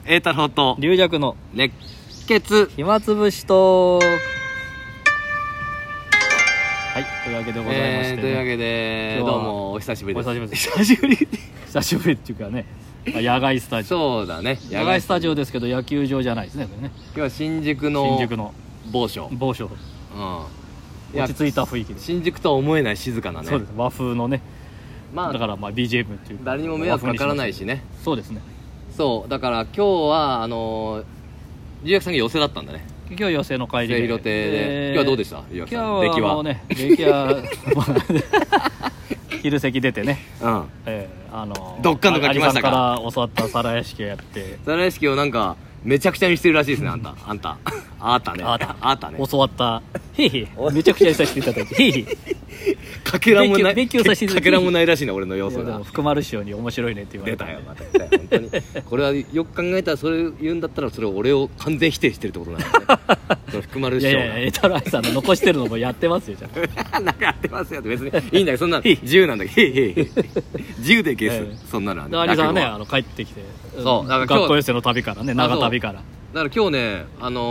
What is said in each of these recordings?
栄太郎と龍尺の熱血暇つぶしとはい、というわけでございまして、ねというわけで今日はどうもお久しぶりです。 久しぶり久しぶりっていうかね、野外スタジオ、 そうだね、 野外スタジオですけど野球場じゃないですね、これね。 今日は新宿の某所、 某所、 いや落ち着いた雰囲気です。 新宿とは思えない静かなね。 そうです、和風のね、 まあだからまあ BGM っていうか誰にも迷惑かからないしね。 そうですね。 そうだから今日は龍薬さんが寄せだったんだね。 今日寄せの帰りで末広亭で今日はどうでした？龍薬さん今日はね、出来は昼席出てね、 どっかんどっか来ましたか。 有さんから教わった皿屋敷をやって皿屋敷をなんかめちゃくちゃにしてるらしいですね。あんたあったね教わったへいへいめちゃくちゃにさせていただいてへいへいかけらもない勉強させていただいてかけらもないらしいな俺の要素が。 福丸師匠に面白いねって言われた。 出たよまた出たよ本当にこれはよく考えたらそれ言うんだったらそれを俺を完全否定してるってことなんだねその福丸師匠がいや栄太郎愛さんの残してるのもやってますよ。じゃなんかやってますよって別にいいんだけどそんなの自由なんだけど自由でゲスそんなのは有さんはね帰ってきて、 そうだから学校寄せの旅からね、長旅から。 だから今日ね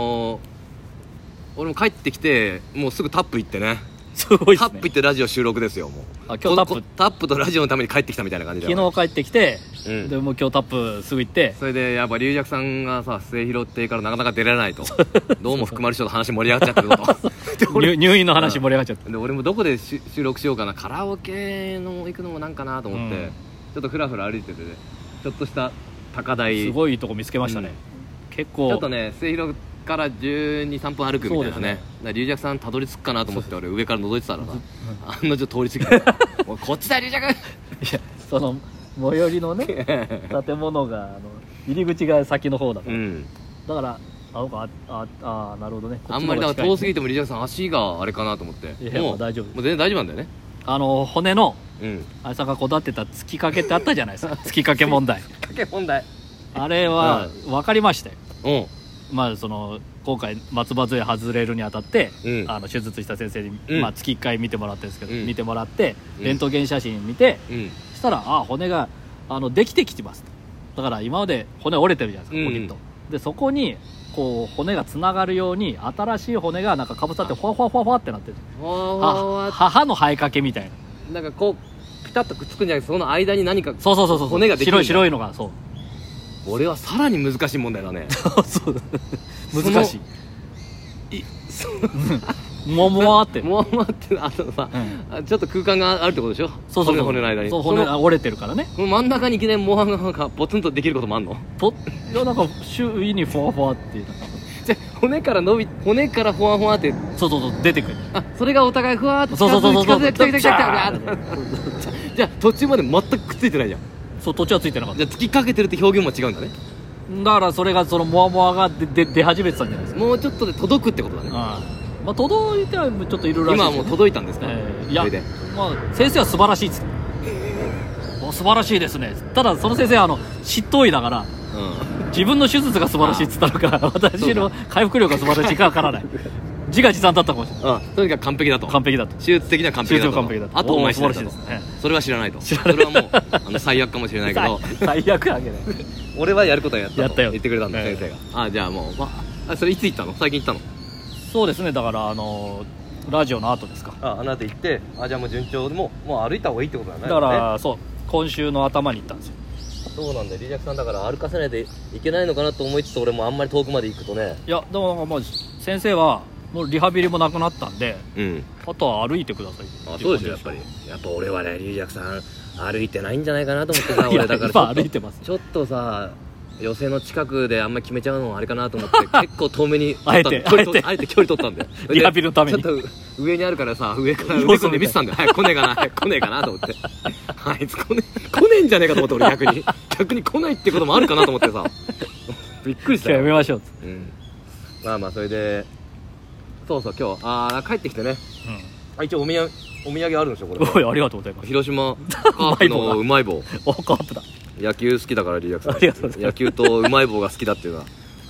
俺も帰ってきてもうすぐタップ行ってね、 すごいっすね。 タップ行ってラジオ収録ですよ。もう今日タップとラジオのために帰ってきたみたいな感じで昨日帰ってきて、 うんでもう今日タップすぐ行って、 それでやっぱ龍尺さんがさ末広亭からなかなか出られないとどうも福丸師匠と話盛り上がっちゃってるとで入院の話盛り上がっちゃって、 で俺もどこで収録しようかな、カラオケの行くのもなんかなと思って、ちょっとフラフラ歩いててね、ちょっとした高台すごいとこ見つけましたね、結構ちょっとね末広から12、3分歩くみたいなね。だから龍尺さんたどり着くかなと思って俺上から覗いてたらさ、案の定通り過ぎておいこっちだ龍尺。 いやその最寄りのね建物が入り口が先の方だから、だからなるほどね。 あんまりだから遠すぎても龍尺さん足があれかなと思って。 いやもう大丈夫、 もう全然大丈夫なんだよね。 骨のあれさんがこだわってた突きかけってあったじゃないですか突きかけ問題かけ問題あれは分かりましたよ。 まあ今回松葉杖外れるにあたって、手術した先生に、月1回見てもらってるんですけど、見てもらってレントゲン写真見て、そしたら骨ができてきてます。だから今まで骨折れてるじゃないですか、ポキッと。でそこにこう骨がつながるように新しい骨がなんかかぶさってフワフワフワフワってなってる。母の生えかけみたいな。 なんかこうピタッとくっつくんじゃなくてその間に何かそう骨ができるんだ。 白いのがそう。 俺はさらに難しい問題だねそう難しいもわってもわってさ、ちょっと空間があるってことでしょ。 そう骨の間に骨が折れてるからね。 この真ん中にいきなりモアがポツンとできることもあんの？ いやなんか周囲にフワフワってじゃ骨からフワフワってそう出てくる。 それがお互いふわーって近づいてきたじゃあ途中まで全くくっついてないじゃん。 そう途中はついてなかった。 じゃあ突きかけてるって表現も違うんだね。 だからそれがそのモワモワが出始めてたんじゃないですか。 もうちょっとで届くってことだね。 まあ届いてはちょっといろいろらしいですよね。 今はもう届いたんですか？ いやまあ先生は素晴らしいっつって素晴らしいですね。ただその先生は執刀医だから、自分の手術が素晴らしいっつったのか私の回復力が素晴らしいかわからない自画自賛だったかもしれない。 とにかく完璧だと。手術的には完璧だと。あとお前素晴らしいです。それは知らないと。それはもう最悪かもしれないけど最悪あげない俺はやることはやったとよ言ってくれたんだ先生が。じゃあもうそれいつ行ったの？最近行ったの？ そうですね。だからラジオの後ですか。 あの後行ってじゃあもう順調でもう歩いた方がいいってことだね。 だからそう今週の頭に行ったんですよ。 そうなんだよ。龍尺さんだから歩かせないといけないのかなと思いつつ俺もあんまり遠くまで行くとね。 いやでももう先生はもうリハビリもなくなったんで、あとは歩いてください。 そうですよ。やっぱ俺はね龍尺さん歩いてないんじゃないかなと思ってさ俺だから今歩いてます。 ちょっとさ寄せの近くであんまり決めちゃうのもあれかなと思って結構遠めにあえて距離取ったんだよリハビリのために。 ちょっと上にあるからさ上から見てたんだよ。早く来ねえかなと思ってあいつ来ねえんじゃねえかと思って俺逆に来ないってこともあるかなと思ってさびっくりしたよ。 やめましょう。 まあそれでそう今日帰ってきてね、一応お土産あるんですよこれ。 ありがとうございます。 広島カープのうまい棒。 カープだ。 野球好きだから龍尺さん。 ありがとうございます。 野球とうまい棒が好きだっていうのは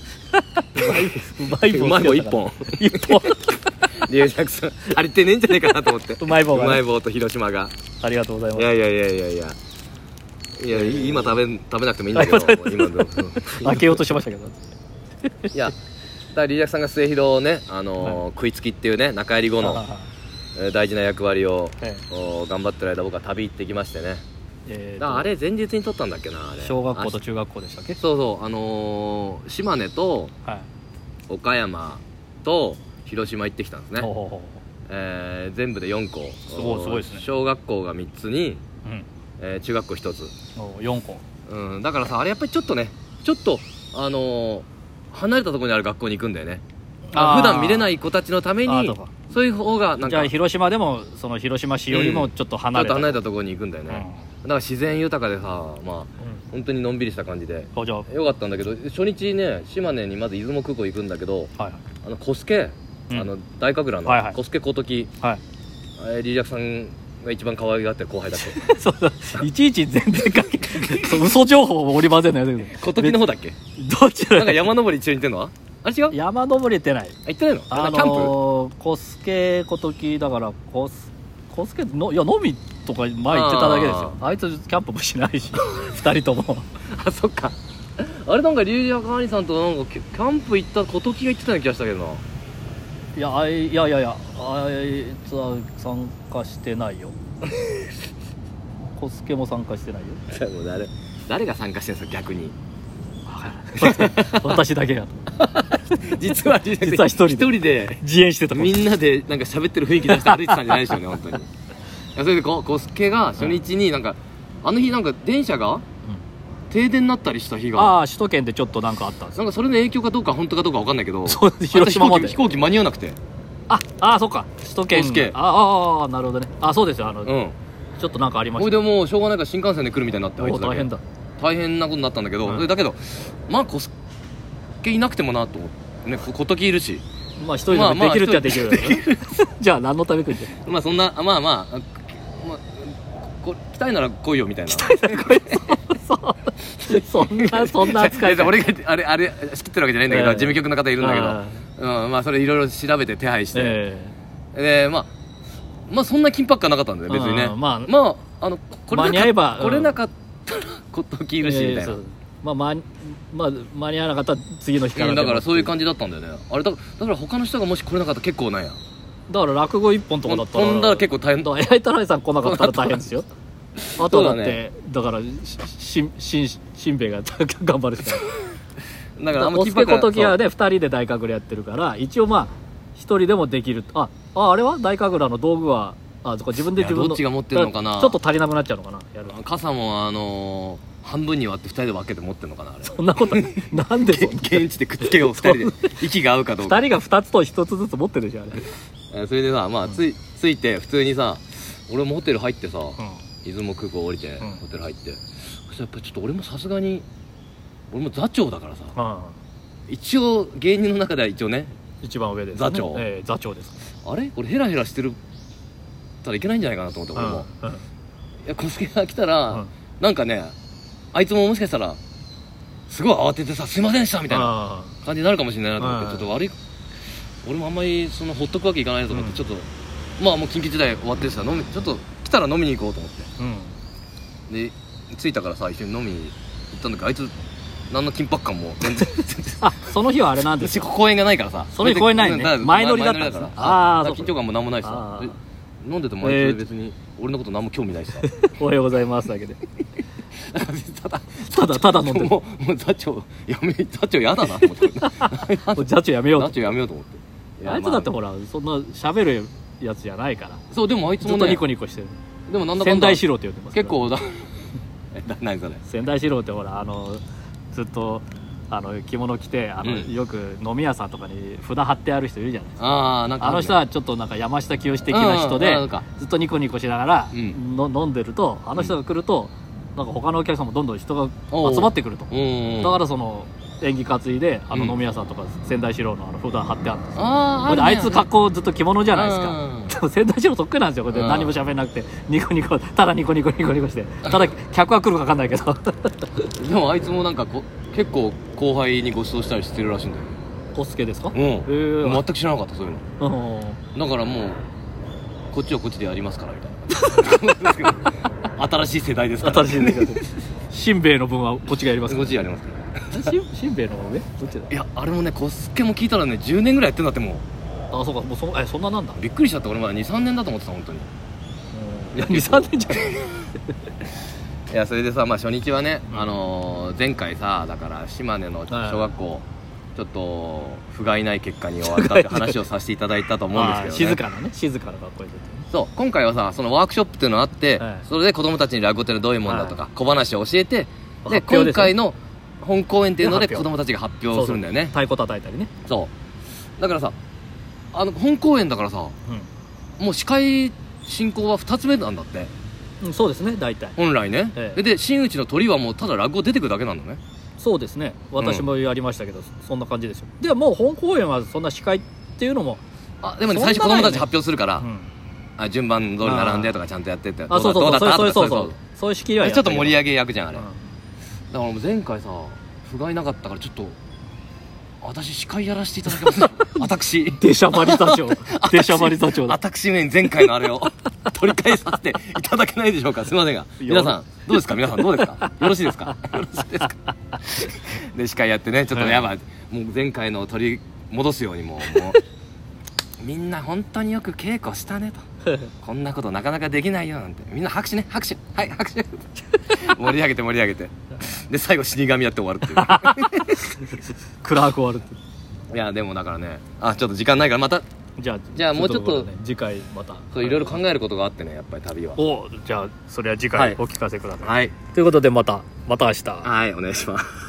うまい棒 1本龍尺さん足りてねえんじゃねえかなと思って。 うまい棒と広島が。 ありがとうございます。 いやいや今食べなくてもいいんだけど今開けようとしましたけどいやだからリーダーさんが末広をね、食いつきっていうね中入り後の大事な役割を、頑張ってる間僕は旅行ってきましてね、だからあれ前日に撮ったんだっけなあれ小学校と中学校でしたっけ。 そうそう島根と岡山と広島行ってきたんですね、全部で4校すごいですね。 小学校が3つに、中学校1つ 4校、 だからさあれやっぱりちょっとねちょっと離れたところにある学校に行くんだよね。普段見れない子たちのためにそういう方がなんかじゃあ広島でもその広島市よりもちょっと離れたところに行くんだよね、だから自然豊かでさ本当にのんびりした感じでよかったんだけど、初日ね島根にまず出雲空港行くんだけど、小助大神楽の小助琴木、リーダーさんが一番可愛がってる後輩だってそういちいち全然かけ嘘情報を織り交ぜないで琴木の方だっけ。 どっちだ。 なんか山登り一緒に行ってんのはあれ違う。 山登り行ってない。 行ってないの。キャンプ小助琴木だから小助のいや飲みとか前行ってただけですよ。あいつキャンプもしないし2人ともあそっか。あれなんかリュウジアカ兄さんとなんかキャンプ行った琴木が言ってたような気がしたけどな。 いやあいつは参加してないよ小助も参加してないよもう誰が参加してるんですか逆に私だけが実は一人で自演してた。 みんなでなんか喋ってる雰囲気出して歩いてたんじゃないですよね本当に。それで小助が初日になんか、あの日なんか電車が停電になったりした日が、 首都圏でちょっとなんかあったんです。 なんかそれの影響かどうか本当かどうか分かんないけど、 広島まで飛行機間に合わなくて、 そっか首都圏なるほどね。そうですよちょっとなんかありました。 それでもうしょうがないから新幹線で来るみたいになって、あいつだけ大変なことになったんだけど、だけどまあ小助いなくてもなと思ってね、琴木いるし、 一人でもできるっちゃできるじゃあ何のためくんじゃそんな来たいなら来いよみたいな。 来たいなら来いよそんな扱い俺があれ仕切ってるわけじゃないんだけど、事務局の方いるんだけど、それいろいろ調べて手配して、でそんな緊迫感なかったんだよ別にね。 間に合えば来れなかったら琴木いるしみたいな。 間に合わなかったら次の日からだからそういう感じだったんだよね。あれだから他の人がもし来れなかったら結構なんや。 だから落語一本とかだったら飛んだら結構大変だ。 田辺さん来なかったら大変ですよあとだってだからしんべヱが頑張るしかない。だから小助琴木はね2人で大神楽やってるから一応1人でもできる。あれは大神楽の道具は自分でどっちが持ってるのかな。 ちょっと足りなくなっちゃうのかな。 傘も半分に割って2人で分けて持ってるのかなあれ。 そんなことなんで現地でくっつけよう2人で息が合うかどうか。 2人が2つと1つずつ持ってるじゃんあれ。 それでさついて普通にさ俺もホテル入ってさ、出雲空港降りてホテル入って、そしたらやっぱりちょっと俺もさすがに俺も座長だからさ、一応芸人の中では一応ね一番上です、 座長、 座長です。 あれ俺ヘラヘラしてるたらいけないんじゃないかなと思って俺も、いや小助が来たら、なんかねあいつももしかしたらすごい慌ててさすいませんでしたみたいな感じになるかもしれないなと思って、ちょっと悪い俺もあんまりそのほっとくわけいかないなと思って、ちょっともう緊急事態終わってさちょっと来たら飲みに行こうと思って、で着いたからさ一緒に飲みに行ったんだけど、あいつ何の緊迫感も全然その日はあれなんですよ公園がないからさ。 その日公園ないね。前乗りだったから。 緊張感も何もないしさ、飲んでてもあいつ別に俺のこと何も興味ないしさおはようございますだけでただ飲んでる。 もう座長やだなと思って座長やめようと思ってあいつだってほらそんな喋るやつじゃないから。 そうでもあいつもねずっとニコニコしてる。 でもなんだかんだ仙台四郎って言ってます。 結構何それ。 仙台四郎ってほらずっと着物着てよく飲み屋さんとかに札貼ってある人いるじゃないですか。 なんかあの人はちょっとなんか山下清的な人でずっとニコニコしながら飲んでると、あの人が来るとなんか他のお客さんもどんどん人が集まってくると。だからその演技担いで飲み屋さんとか仙台四郎の札貼ってあるんですよ。あいつ格好ずっと着物じゃないですか。でも仙台四郎得意なんですよ。これで何も喋んなくてニコニコただニコニコしてただ客は来るか分かんないけどでもあいつもなんか結構後輩にご馳走したりしてるらしいんだよ。 小助ですか。 全く知らなかったそういうの。だからもうこっちはこっちでやりますからみたいな新しい世代ですから。 新しい世代しんべヱの分はこっちがやりますかこっちやりますからしんべヱの上どっちだ。 いやあれもねコスケも聞いたらね10年ぐらいやってんだって。もうそうか、もうそんななんだ。 びっくりしちゃった。俺まだ 2,3 年だと思ってた本当に。 いや 2,3 年じゃないいやそれでさ、まあ、初日はね、前回さだから島根の小学校、ちょっと不甲斐ない結果に終わったって話をさせていただいたと思うんですけどね静かな学校で、 そう今回はさそのワークショップっていうのがあって、それで子供たちに落語っていうのはどういうもんだとか、小話を教えて、で今回の本公演っていうので子供たちが発表するんだよね。 太鼓叩いたりね。 そうだからさ本公演だからさ、もう司会進行は2つ目なんだって。 そうですね、大体本来ね、で真打ちの鳥はもうただ落語出てくるだけなんだね。 そうですね、私もやりましたけど、そんな感じですよ。でもう本公演はそんな司会っていうのもでもね最初子供たち発表するから、順番通り並んでとかちゃんとやってってどうだったとかそういう仕切りはやちょっと盛り上げ役じゃんあれ、だからもう前回さ不甲斐なかったからちょっと私司会やらせていただきます私出しゃばり座長私前回のあれを取り返させていただけないでしょうか。すいませんが皆さんどうですかよろしいですかで司会やってねちょっとやばい、もう前回の取り戻すようにもうみんな本当によく稽古したねとこんなことなかなかできないよなんてみんな拍手ね拍手はい拍手盛り上げてで最後死神やって終わるっていう暗く終わるっていやでもだからねちょっと時間ないからまたじゃあもうちょっと次回またそういろいろ考えることがあってねやっぱり旅はじゃあそれは次回お聞かせください、 はい、 ということでまた明日はいお願いします。